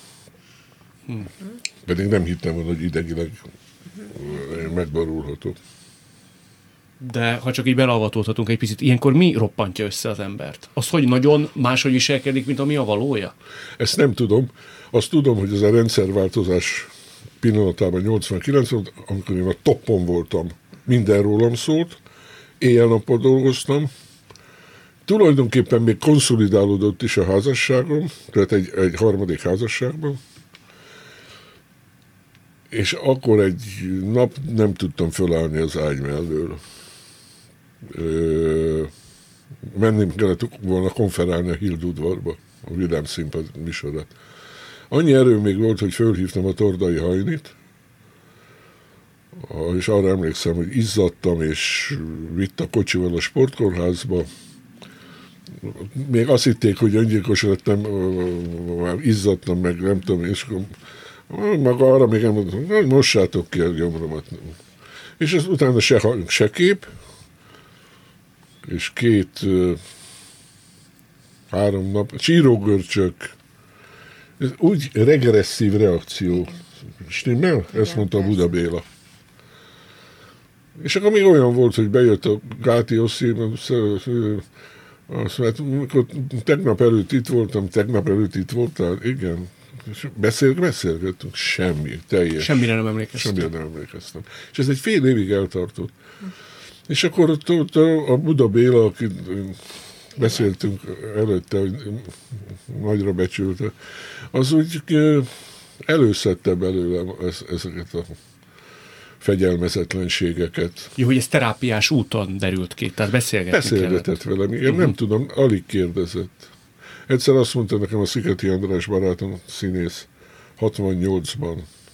Pedig nem hittem volna, hogy idegileg megborulhatok. De ha csak így beleavatódhatunk egy picit, ilyenkor mi roppantja össze az embert? Az, hogy nagyon máshogy viselkedik, mint ami a valója? Ezt nem tudom. Azt tudom, hogy ez a rendszerváltozás pillanatában 89 volt, amikor én a toppon voltam. Minden rólam szólt, éjjel-nappal dolgoztam. Tulajdonképpen még konszolidálódott is a házasságom, tehát egy harmadik házasságban. És akkor egy nap nem tudtam fölállni az ágy mellől. Mennem kellett volna konferálni a Hild udvarba, a Vidám Színpad műsorát. Annyi erő még volt, hogy fölhívtam a Tordai Hajnit, és arra emlékszem, hogy izzadtam, és vitt a kocsival a sportkórházba. Még azt hitték, hogy öngyilkos lettem, izzadtam meg, nem tudom, és maga arra még elmondtam, hogy mossátok ki a gyomromat. És ez utána se kép, és 3 nap, csírógörcsök, ez úgy regresszív reakció. Stimmel? Ezt mondta a Buda Béla. És akkor még olyan volt, hogy bejött a Gáti Oszi, azt mondta, amikor tegnap előtt itt voltál, igen. És beszélgettünk, semmi, teljes. Semmire nem emlékeztem. És ez egy fél évig eltartott. És akkor ott a Buda Béla, akit beszéltünk előtte, hogy nagyra becsülte, az úgy előszedte belőlem ezeket a fegyelmezetlenségeket. Jó, hogy ez terápiás úton derült ki, tehát beszélgetett velem, igen, nem tudom, alig kérdezett. Egyszer azt mondta nekem a Szigeti András barátom, színész, 68-ban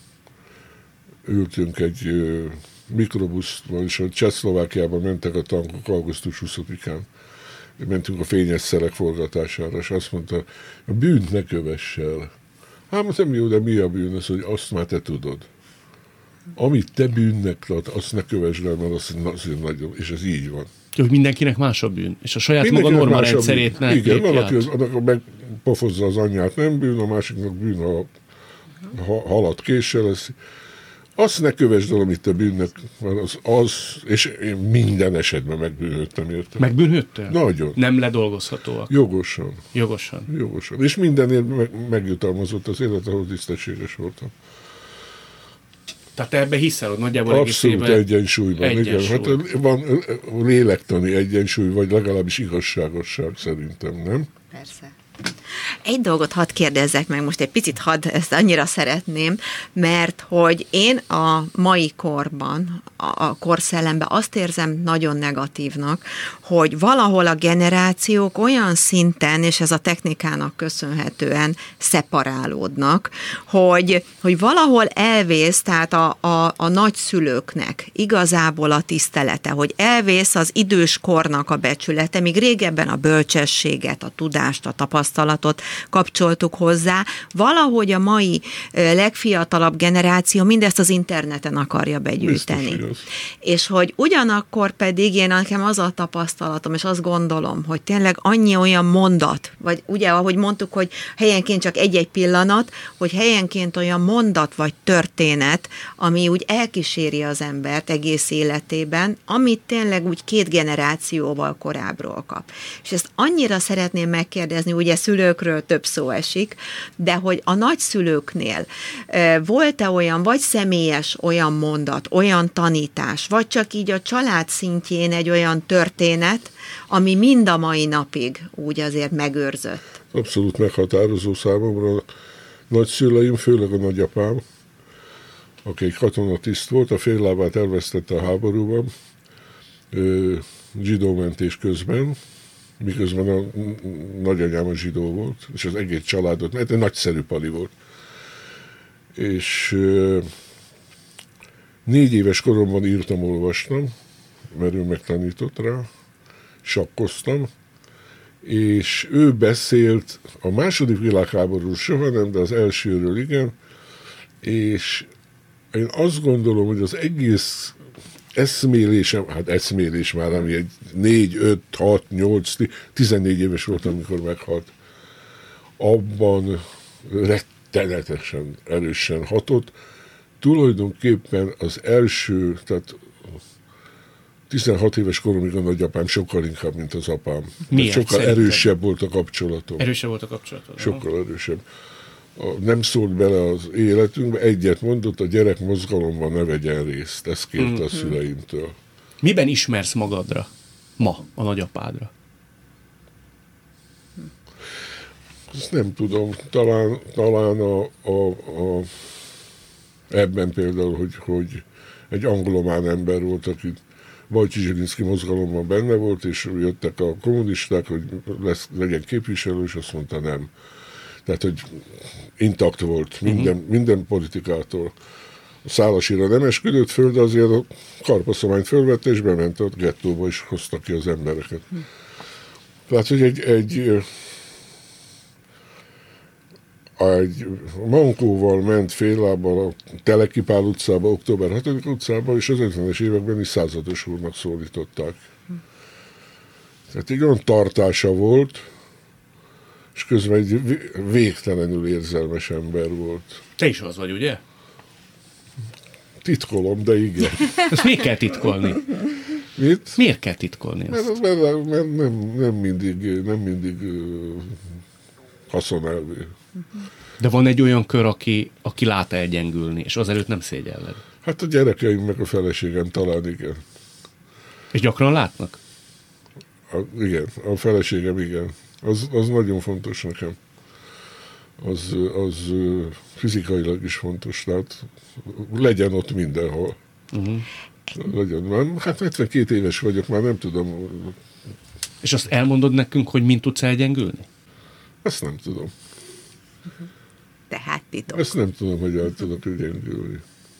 ültünk egy mikrobuszban, és a Csehszlovákiában mentek a tankok augusztus 20-án. Mentünk a Fényes Szelek forgatására, és azt mondta, a bűnt ne kövess el. Hát mondtam, jó, de mi a bűn? Az, hogy azt már te tudod. Amit te bűnnek tart, azt ne kövessd el, mert az nagyon, és ez így van. Hogy mindenkinek más a bűn, és a saját maga norma rendszerét ne igen, valaki megpofozza az anyját, nem bűn, a másiknak bűn, ha halad késsel lesz. Azt ne kövesd el, amit te bűnnek, mert az, és én minden esetben megbűnhődtem érte. Megbűnhődtél? Nagyon. Nem ledolgozhatóak? Jogosan. És mindenért megjutalmazott az élet, ahol tisztességes voltam. Tehát te ebbe hiszel, hogy nagyjából abszolút egyensúlyban. Igen. Hát van lélektani egyensúly, vagy legalábbis igazságosság szerintem, nem? Persze. Egy dolgot hadd kérdezzek meg, most egy picit ezt annyira szeretném, mert hogy én a mai korban, a korszellemben azt érzem nagyon negatívnak, hogy valahol a generációk olyan szinten, és ez a technikának köszönhetően szeparálódnak, hogy valahol elvész, tehát a nagyszülőknek igazából a tisztelete, hogy elvész az idős kornak a becsülete, míg régebben a bölcsességet, a tudást, a tapasztalatot kapcsoltuk hozzá, valahogy a mai legfiatalabb generáció mindezt az interneten akarja begyűjteni. És hogy ugyanakkor pedig nekem az a tapasztalatom, és azt gondolom, hogy tényleg annyi olyan mondat, vagy ugye, ahogy mondtuk, hogy helyenként csak egy-egy pillanat, hogy helyenként olyan mondat vagy történet, ami úgy elkíséri az embert egész életében, amit tényleg úgy 2 generációval korábbról kap. És ezt annyira szeretném megkérdezni, ugye szülőkről több szó esik, de hogy a nagyszülőknél volt-e olyan, vagy személyes olyan mondat, olyan tanítás, vagy csak így a család szintjén egy olyan történet, ami mind a mai napig úgy azért megőrzött? Abszolút meghatározó számomra. A nagyszüleim, főleg a nagyapám, aki egy katonatiszt volt, a fél lábát elvesztette a háborúban, zsidómentés közben, miközben a nagyanyám a zsidó volt, és az egész családot, mert egy nagyszerű pali volt. És 4 éves koromban írtam, olvastam, mert ő megtanított rá, sakkoztam, és ő beszélt a második világháborúról soha nem, de az elsőről igen, és én azt gondolom, hogy az egész eszmélésem, hát eszmélés már, ami egy 4, 5, 6, 8, 14 éves voltam, amikor meghalt, abban rettenetesen erősen hatott. Tulajdonképpen az első, tehát 16 éves koromig a nagyapám sokkal inkább, mint az apám. Sokkal erősebb volt a kapcsolatom. Sokkal erősebb. Nem szólt bele az életünkbe, egyet mondott, a gyerek mozgalomban ne vegyen részt. Ezt kérte a szüleimtől. Miben ismersz magadra ma, a nagyapádra? Ezt nem tudom, talán ebben például, hogy egy anglomán ember volt, aki Bajcsi Zsilinszky mozgalomban benne volt, és jöttek a kommunisták, hogy legyen képviselő, és azt mondta nem. Tehát, hogy intakt volt minden politikától. A Szálasira nem esküdött föl, de azért a karpaszományt fölvette, és bement a gettóba, és hoztak ki az embereket. Tehát, hogy egy mankóval ment fél lábbal a Telekipál utcába, Október 6. utcába, és az 50-es években is Százados úrnak szólították. Tehát egy olyan tartása volt, és közben egy végtelenül érzelmes ember volt. Te is az vagy, ugye? Titkolom, de igen. Ezt miért kell titkolni? Mit? Miért kell titkolni ezt? Mert nem mindig haszonelvű. De van egy olyan kör, aki lát elgyengülni, és azelőtt nem szégyelled. Hát a gyerekeim meg a feleségem talán igen. És gyakran látnak? Igen, a feleségem igen. Az nagyon fontos nekem. Az fizikailag is fontos, tehát legyen ott mindenhol. Legyen. Hát 72 éves vagyok, már nem tudom. És azt elmondod nekünk, hogy mint tudsz elgyengülni? Ezt nem tudom. Tehát titok. Ezt nem tudom, hogy el tudok gyengülni.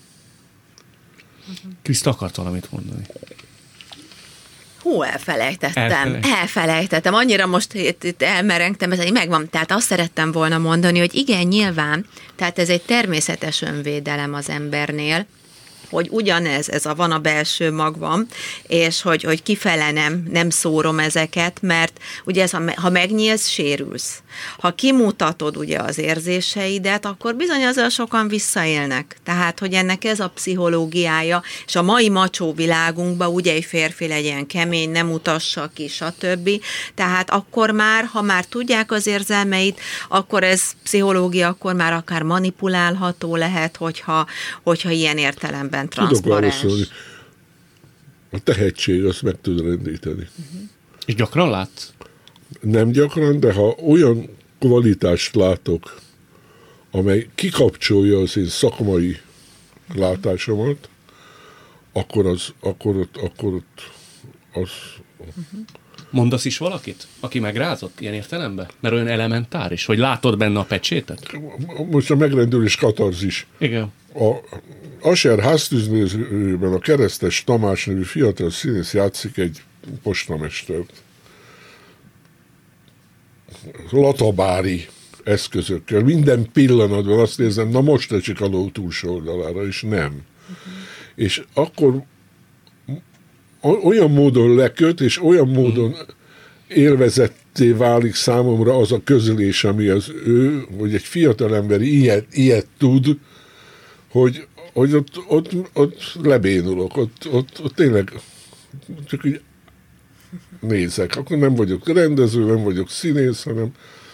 Kriszta akart valamit mondani. Hú, elfelejtettem. Annyira most itt elmerengtem, ez megvan. Tehát azt szerettem volna mondani, hogy igen, nyilván, tehát ez egy természetes önvédelem az embernél, hogy ugyanez, van a belső magvam, és hogy kifele nem szórom ezeket, mert ugye ez, ha megnyílsz, sérülsz. Ha kimutatod ugye az érzéseidet, akkor bizony azzal sokan visszaélnek. Tehát, hogy ennek ez a pszichológiája, és a mai macsó világunkban ugye egy férfi legyen kemény, nem utassa ki, stb. Tehát akkor már, ha már tudják az érzelmeit, akkor ez pszichológia, akkor már akár manipulálható lehet, hogyha ilyen értelemben transzparens. Tudok válaszolni. A tehetség azt meg tud rendíteni. És gyakran látsz? Nem gyakran, de ha olyan kvalitást látok, amely kikapcsolja az én szakmai látásomat, akkor ott az... Mondasz is valakit, aki megrázott ilyen értelemben? Mert olyan elementáris, hogy látod benne a pecsétet? Most a megrendülés katarzis. Igen. A Ascher háztűznőben a Keresztes Tamás nevű fiatal színész játszik egy postamestert. Latabári eszközökkel. Minden pillanatban azt érzem, na most esik a ló túlsó oldalára, és nem. És akkor olyan módon leköt, és olyan módon élvezetté válik számomra az a közlés, ami az ő, hogy egy fiatalember ilyet tud, hogy ott lebénulok, ott tényleg csak így nézek. Akkor nem vagyok rendező, nem vagyok színész, hanem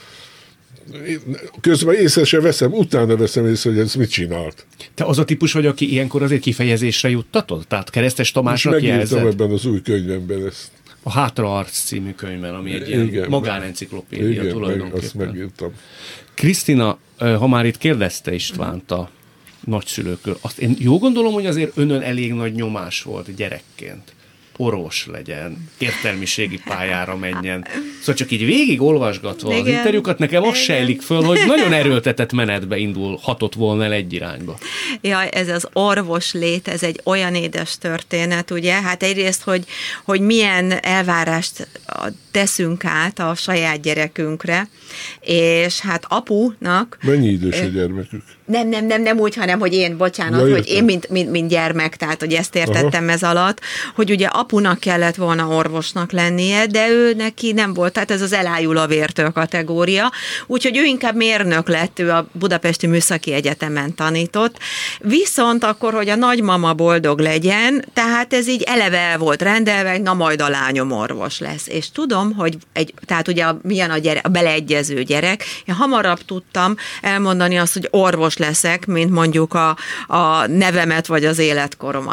közben észre se veszem, utána veszem észre, hogy ez mit csinált. Te az a típus vagy, aki ilyenkor azért kifejezésre juttatod? Tehát Keresztes Tamásnak jelzed? Megírtam ebben az új könyvemben ezt. A Hátraarc című könyvben, ami egy ilyen magánenciklopédia tulajdonképpen. Azt megírtam. Krisztina, ha már itt kérdezte Istvánt a nagyszülőkről, azt én jól gondolom, hogy azért önön elég nagy nyomás volt gyerekként. Orvos legyen, értelmiségi pályára menjen. Szóval csak így végig olvasgatva az interjúkat, nekem azt sejlik föl, hogy nagyon erőltetett menetbe hatott volna el egy irányba. Ja, ez az orvos lét, ez egy olyan édes történet, ugye? Hát egyrészt, hogy milyen elvárást teszünk át a saját gyerekünkre, és hát apunak... Mennyi idős a gyermekük? Nem úgy, hanem, hogy én, bocsánat, hogy én, mint gyermek, tehát, hogy ezt értettem ez alatt, hogy ugye apunak kellett volna orvosnak lennie, de ő neki nem volt, tehát ez az elájul a vértől kategória, úgyhogy ő inkább mérnök lett, ő a Budapesti Műszaki Egyetemen tanított, viszont akkor, hogy a nagymama boldog legyen, tehát ez így eleve el volt rendelve, na majd a lányom orvos lesz, és tudom, hogy tehát ugye milyen a beleegyező gyerek, én hamarabb tudtam elmondani azt, hogy orvos leszek, mint mondjuk a nevemet vagy az életkoromat.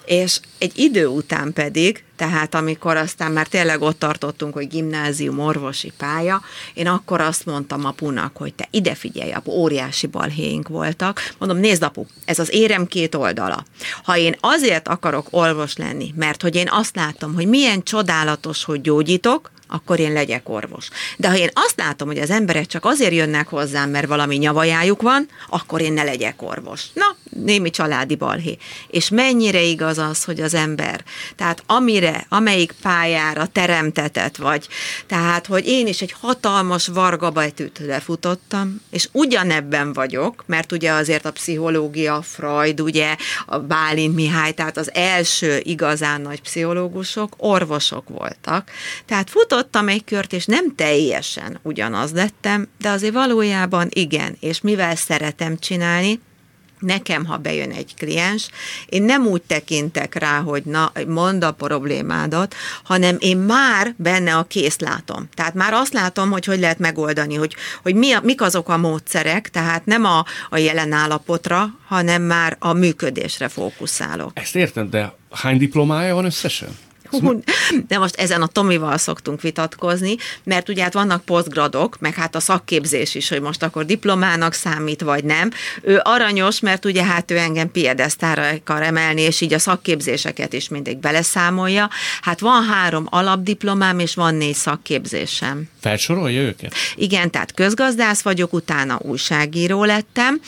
És egy idő után pedig, tehát amikor aztán már tényleg ott tartottunk, hogy gimnázium, orvosi pálya, én akkor azt mondtam apunak, hogy te ide figyelj, apu, óriási balhéink voltak. Mondom, nézd apu, ez az érem két oldala. Ha én azért akarok orvos lenni, mert hogy én azt látom, hogy milyen csodálatos, hogy gyógyítok, akkor én legyek orvos. De ha én azt látom, hogy az emberek csak azért jönnek hozzám, mert valami nyavajájuk van, akkor én ne legyek orvos. Na, némi családi balhé. És mennyire igaz az, hogy az ember, tehát amelyik pályára teremtetett vagy, tehát, hogy én is egy hatalmas vargabetűt lefutottam, és ugyanebben vagyok, mert ugye azért a pszichológia, Freud, ugye a Bálint Mihály, tehát az első igazán nagy pszichológusok, orvosok voltak. Tehát futottam egy kört, és nem teljesen ugyanaz lettem, de azért valójában igen, és mivel szeretem csinálni, nekem, ha bejön egy kliens, én nem úgy tekintek rá, hogy na, mondd a problémádat, hanem én már benne a készt látom. Tehát már azt látom, hogy lehet megoldani, hogy mik azok a módszerek, tehát nem a jelen állapotra, hanem már a működésre fókuszálok. Ezt értem, de hány diplomája van összesen? De most ezen a Tomival szoktunk vitatkozni, mert ugye hát vannak posztgradok, meg hát a szakképzés is, hogy most akkor diplomának számít, vagy nem. Ő aranyos, mert ugye hát ő engem piedesztára akar emelni, és így a szakképzéseket is mindig beleszámolja. Hát van 3 alapdiplomám, és van 4 szakképzésem. Felsorolja őket? Igen, tehát közgazdász vagyok, utána újságíró lettem,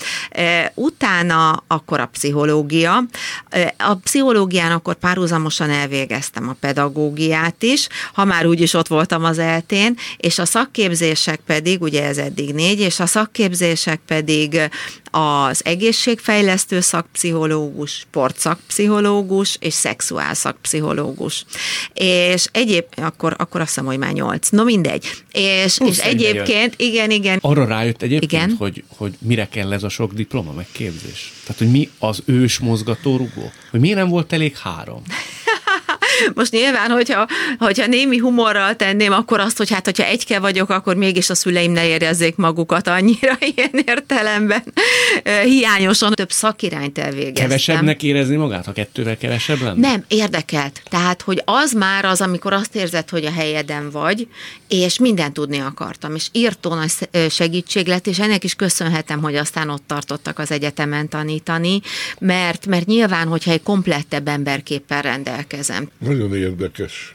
utána akkor a pszichológia. A pszichológián akkor párhuzamosan elvégeztem a pedagógiát is, ha már úgyis ott voltam az eltén, és a szakképzések pedig, ugye ez eddig 4, és a szakképzések pedig az egészségfejlesztő szakpszichológus, sportszakpszichológus és szexuálszakpszichológus. És akkor azt hiszem, hogy már 8. No mindegy. És egyébként, igen. Arra rájött egyébként, igen? hogy mire kell ez a sok diploma, meg képzés? Tehát, hogy mi az ős mozgatórugó? Hogy miért nem volt elég 3? Most nyilván, hogyha némi humorral tenném, akkor azt, hogy hát, hogyha egyke vagyok, akkor mégis a szüleim ne érezzék magukat annyira ilyen értelemben. Hiányosan több szakirányt elvégeztem. Kevesebbnek érezni magát, ha 2-vel kevesebb lenne? Nem, érdekelt. Tehát, hogy az már az, amikor azt érzed, hogy a helyeden vagy, és mindent tudni akartam, és írtó nagy segítség lett, és ennek is köszönhetem, hogy aztán ott tartottak az egyetemen tanítani, mert nyilván, hogyha egy komplettebb emberképpen rendelkezem. Nagyon érdekes.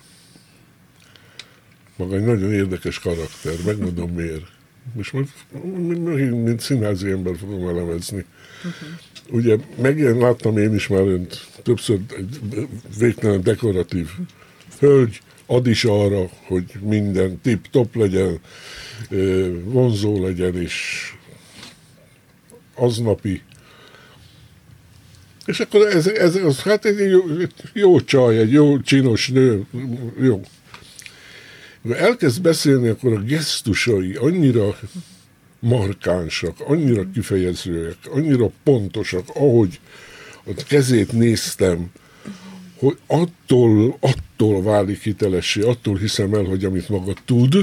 Maga egy nagyon érdekes karakter, megmondom miért. Most mint színházi ember fogom elemezni. Ugye láttam én is már önt többször egy végtelen dekoratív hölgy, ad is arra, hogy minden tip-top legyen, vonzó legyen, és aznapi. És akkor ez hát egy jó csaj, egy jó csinos nő, jó. De elkezd beszélni, akkor a gesztusai annyira markánsak, annyira kifejezőek, annyira pontosak, ahogy a kezét néztem, hogy attól válik hitelessé, attól hiszem el, hogy amit maga tud,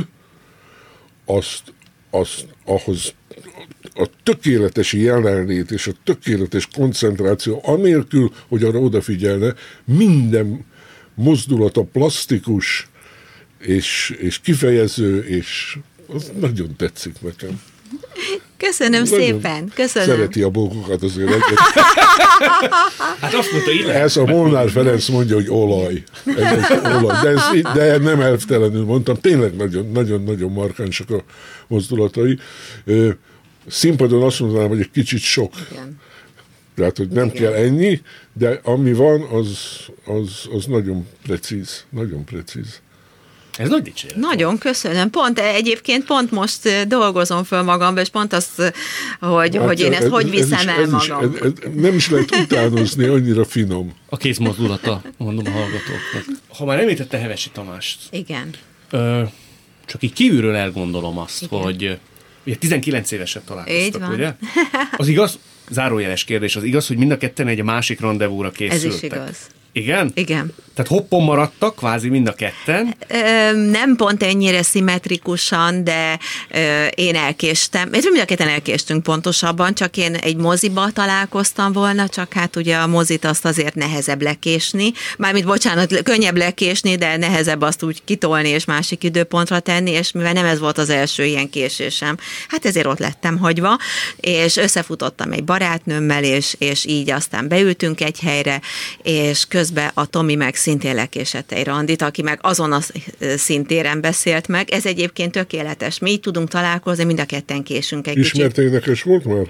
ahhoz a tökéletes jelenlét és a tökéletes koncentráció, anélkül, hogy arra odafigyelne, minden mozdulata plastikus és kifejező, és az nagyon tetszik nekem. Köszönöm nagyon szépen, köszönöm. Szereti a bókokat azért. Hát azt mondta, így ez a Molnár Ferenc mondja, hogy olaj. De nem elvtelenül mondtam, tényleg nagyon markánsak a mozdulatai. Színpadon azt mondanám, hogy egy kicsit sok. Igen. Tehát, hogy nem kell ennyi, de ami van, az nagyon precíz. Nagyon precíz. Ez nagy dicséret. Nagyon köszönöm. Egyébként pont most dolgozom föl magamba, és pont azt, hogy én ezt hogy viszem el magam. Nem is lehet utánozni, annyira finom. A kézmozdulata, mondom a hallgatóknak. Ha már említette Hevesi Tamást. Igen. Csak így kívülről elgondolom azt, igen, hogy ugye 19 évesen találkoztak, ugye? Van. Az igaz, zárójeles kérdés, az igaz, hogy mind a ketten egy másik randevúra készültek? Ez is igaz. Igen? Igen. Tehát hoppon maradtak kvázi mind a ketten. Nem pont ennyire szimmetrikusan, de én elkéstem. Mind a ketten elkéstünk pontosabban, csak én egy moziba találkoztam volna, csak hát ugye a mozit azt azért nehezebb lekésni. Mármint bocsánat, könnyebb lekésni, de nehezebb azt úgy kitolni és másik időpontra tenni, és mivel nem ez volt az első ilyen késésem, hát ezért ott lettem hagyva, és összefutottam egy barátnőmmel, és így aztán beültünk egy helyre, és közben a Tomi meg szintén lekésett egy randit, aki meg azon a szintéren beszélt meg. Ez egyébként tökéletes. Mi így tudunk találkozni, mind a ketten késünk egy kicsit. Ismert énekes volt már?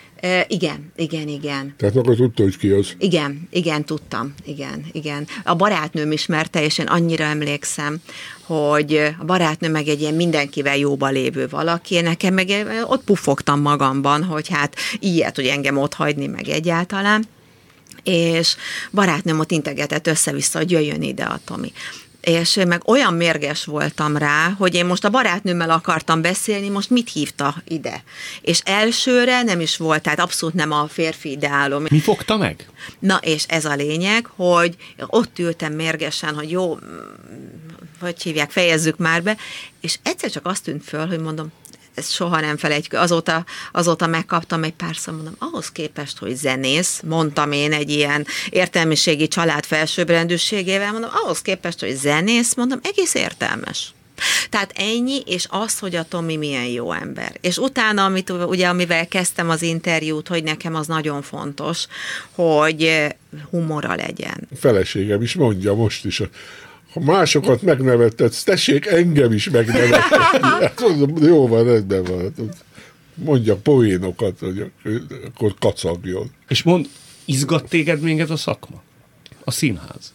Igen. Tehát akkor tudta, hogy ki az? Igen, tudtam. Igen. A barátnőm ismerte, és én annyira emlékszem, hogy a barátnő meg egy ilyen mindenkivel jóba lévő valaki, nekem meg ott puffogtam magamban, hogy hát ilyet, hogy engem ott hagyni meg egyáltalán. És barátnőm ott integetett össze-vissza, hogy jöjjön ide a Tomi. És meg olyan mérges voltam rá, hogy én most a barátnőmmel akartam beszélni, most mit hívta ide. És elsőre nem is volt, tehát abszolút nem a férfi ideálom. Mi fogta meg? Na, és ez a lényeg, hogy ott ültem mérgesen, hogy jó, hogy hívják, fejezzük már be, és egyszer csak azt tűnt föl, hogy mondom, ezt soha nem felejtjük. Azóta megkaptam egy párszor, mondom, ahhoz képest, hogy zenész, mondtam én egy ilyen értelmiségi család felsőbbrendűségével, mondom, ahhoz képest, hogy zenész, mondom, egész értelmes. Tehát ennyi, és az, hogy a Tomi milyen jó ember. És utána, amivel kezdtem az interjút, hogy nekem az nagyon fontos, hogy humora legyen. A feleségem is mondja most is, ha másokat megnevettetsz, tessék engem is megnevettetni. Jó van, rendben van. Mondja poénokat, hogy akkor kacagjon. És izgat téged még ez a szakma? A színház?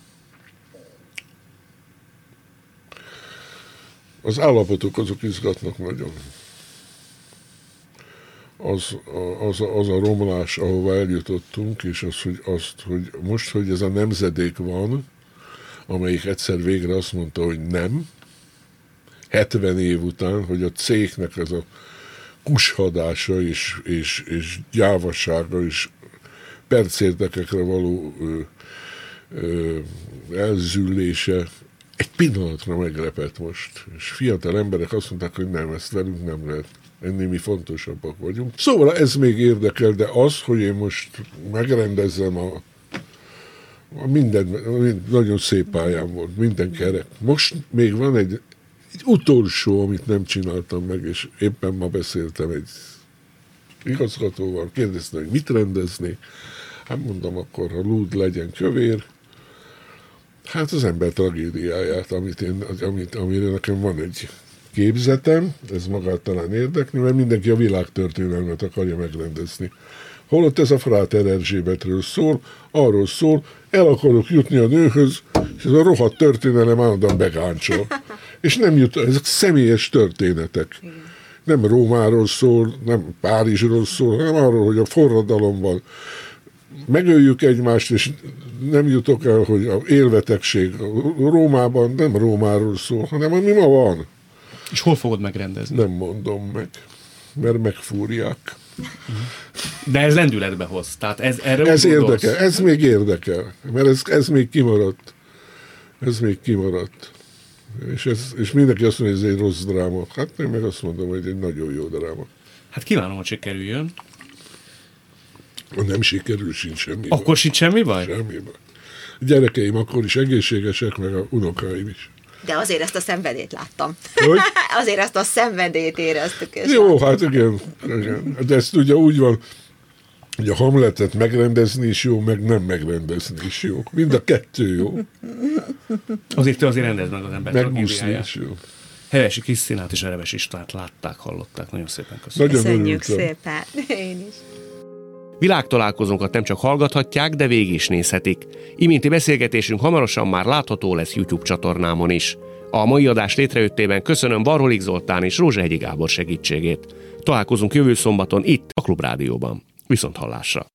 Az állapotok azok izgatnak nagyon. Az a romlás, ahova eljutottunk, és hogy most, hogy ez a nemzedék van, amelyik egyszer végre azt mondta, hogy nem, 70 év után, hogy a cégnek ez a kushadása és gyávasága és percérdekekre való elzüllése egy pillanatra meglepett most. És fiatal emberek azt mondták, hogy nem, ezt velünk nem lehet. Ennél mi fontosabbak vagyunk. Szóval ez még érdekel, de az, hogy én most megrendezzem minden nagyon szép pályán volt, minden kerek. Most még van egy utolsó, amit nem csináltam meg, és éppen ma beszéltem egy igazgatóval, kérdeztem, hogy mit rendezni. Hát mondom, akkor ha lúd legyen kövér, hát az ember tragédiáját, amire nekem van egy képzetem, ez magát talán érdekli, mert mindenki a világtörténelmet akarja megrendezni. Holott ez a Fráter Erzsébetről szól, arról szól, el akarok jutni a nőhöz, és ez a rohadt történelem állandóan begáncsol. És nem jut, ezek személyes történetek. Nem Rómáról szól, nem Párizsról szól, hanem arról, hogy a forradalomban megöljük egymást, és nem jutok el, hogy a élvetegség Rómában nem Rómáról szól, hanem ami ma van. És hol fogod megrendezni? Nem mondom meg, mert megfúrják. De ez lendületbe hoz. Tehát ez érdekel, ez még érdekel, mert ez még kimaradt. Ez még kimaradt. És mindenki azt mondja, hogy ez egy rossz dráma. Hát én meg azt mondom, hogy egy nagyon jó dráma. Hát kívánom, hogy sikerüljön. Ha nem sikerül, sincs semmi Akkor baj. sincs semmi baj? Semmi baj. A gyerekeim akkor is egészségesek, meg a unokáim is. De azért ezt a szenvedélyt láttam. Hogy? Azért ezt a szenvedélyt éreztük. Jó, hát igen. De ezt ugye úgy van, hogy a Hamletet megrendezni is jó, meg nem megrendezni is jó. Mind a kettő jó. Azért rendezd meg az ember Megúszni is jó. Hevesi Krisztinát és Ereves Istvánt látták, hallották. Nagyon szépen köszönöm. Köszönjük szépen. Én is. Világtalálkozónkat nem csak hallgathatják, de végig is nézhetik. Iménti beszélgetésünk hamarosan már látható lesz YouTube csatornámon is. A mai adás létrejöttében köszönöm Varholik Zoltán és Rózsahegyi Gábor segítségét. Találkozunk jövő szombaton itt, a Klubrádióban. Viszonthallásra!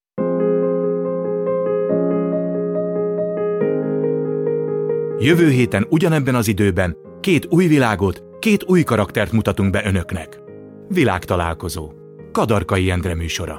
Jövő héten ugyanebben az időben 2 új világot, 2 új karaktert mutatunk be önöknek. Világtalálkozó. Kadarkai Endre műsora.